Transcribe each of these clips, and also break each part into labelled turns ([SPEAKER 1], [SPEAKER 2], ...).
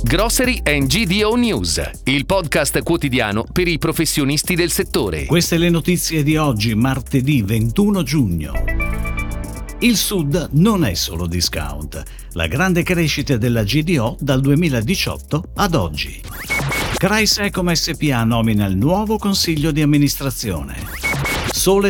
[SPEAKER 1] Grocery and GDO News, il podcast quotidiano per i professionisti del settore.
[SPEAKER 2] Queste le notizie di oggi, martedì 21 giugno. Il Sud non è solo discount. La grande crescita della GDO dal 2018 ad oggi. Craisecom SpA nomina il nuovo consiglio di amministrazione. Sole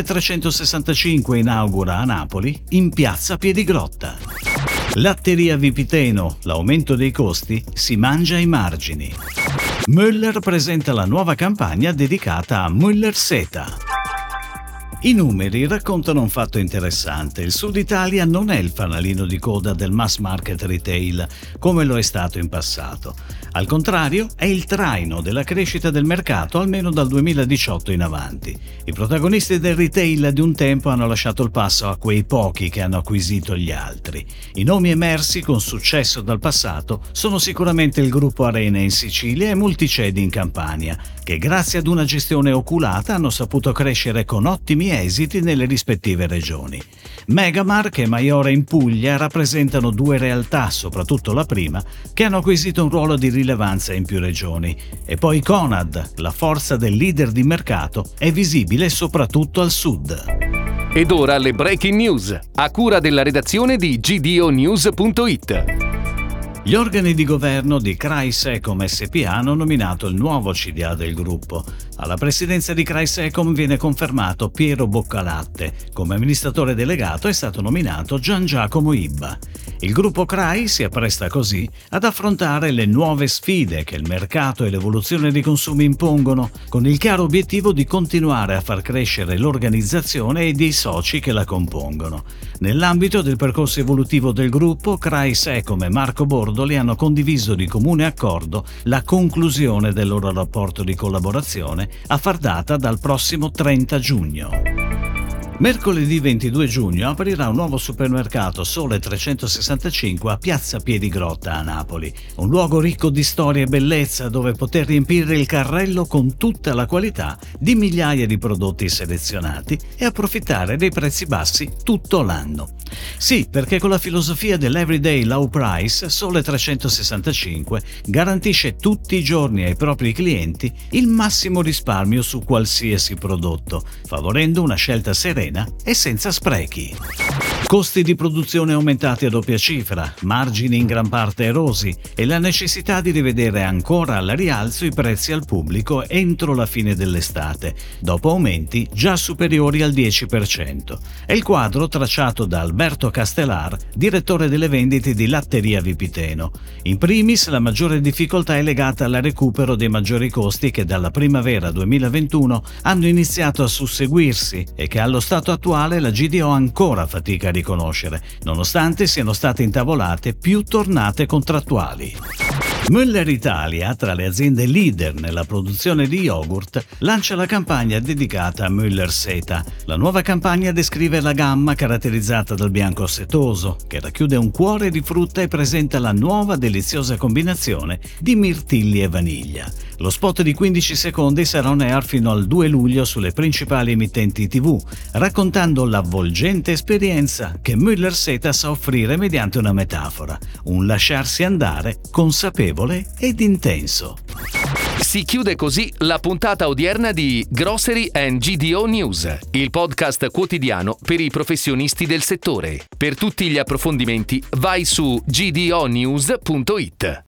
[SPEAKER 2] 365 inaugura a Napoli in piazza Piedigrotta. Latteria Vipiteno, l'aumento dei costi si mangia ai margini. Müller presenta la nuova campagna dedicata a Müller Seta. I numeri raccontano un fatto interessante. Il Sud Italia non è il fanalino di coda del mass market retail, come lo è stato in passato. Al contrario, è il traino della crescita del mercato almeno dal 2018 in avanti. I protagonisti del retail di un tempo hanno lasciato il passo a quei pochi che hanno acquisito gli altri. I nomi emersi con successo dal passato sono sicuramente il gruppo Arena in Sicilia e Multicedi in Campania, che grazie ad una gestione oculata hanno saputo crescere con ottimi esiti nelle rispettive regioni. Megamark e Maiora in Puglia rappresentano due realtà, soprattutto la prima, che hanno acquisito un ruolo di rilevanza in più regioni. E poi Conad, la forza del leader di mercato, è visibile soprattutto al sud.
[SPEAKER 1] Ed ora le breaking news, a cura della redazione di gdonews.it.
[SPEAKER 2] Gli organi di governo di Craisecom SpA hanno nominato il nuovo CDA del gruppo. Alla presidenza di Craisecom viene confermato Piero Boccalatte. Come amministratore delegato è stato nominato Gian Giacomo Ibba. Il gruppo Crai si appresta così ad affrontare le nuove sfide che il mercato e l'evoluzione dei consumi impongono, con il chiaro obiettivo di continuare a far crescere l'organizzazione e dei soci che la compongono. Nell'ambito del percorso evolutivo del gruppo, Craisecom e Marco Bordoli hanno condiviso di comune accordo la conclusione del loro rapporto di collaborazione a far data dal prossimo 30 giugno. Mercoledì 22 giugno aprirà un nuovo supermercato Sole 365 a piazza Piedigrotta a Napoli, un luogo ricco di storia e bellezza dove poter riempire il carrello con tutta la qualità di migliaia di prodotti selezionati e approfittare dei prezzi bassi tutto l'anno. Sì, perché con la filosofia dell'Everyday Low Price, Sole 365 garantisce tutti i giorni ai propri clienti il massimo risparmio su qualsiasi prodotto, favorendo una scelta serena e senza sprechi. Costi di produzione aumentati a doppia cifra, margini in gran parte erosi e la necessità di rivedere ancora al rialzo i prezzi al pubblico entro la fine dell'estate, dopo aumenti già superiori al 10%. È il quadro tracciato da Alberto Castellar, direttore delle vendite di Latteria Vipiteno. In primis, la maggiore difficoltà è legata al recupero dei maggiori costi che dalla primavera 2021 hanno iniziato a susseguirsi e che allo stato attuale la GDO ancora fatica a riconoscere, nonostante siano state intavolate più tornate contrattuali. Müller Italia, tra le aziende leader nella produzione di yogurt, lancia la campagna dedicata a Müller Seta. La nuova campagna descrive la gamma caratterizzata dal bianco setoso, che racchiude un cuore di frutta e presenta la nuova deliziosa combinazione di mirtilli e vaniglia. Lo spot di 15 secondi sarà on air fino al 2 luglio sulle principali emittenti TV, raccontando l'avvolgente esperienza che Müller Seta sa offrire mediante una metafora, un lasciarsi andare consapevole ed intenso.
[SPEAKER 1] Si chiude così la puntata odierna di Grocery and GDO News, il podcast quotidiano per i professionisti del settore. Per tutti gli approfondimenti vai su gdonews.it.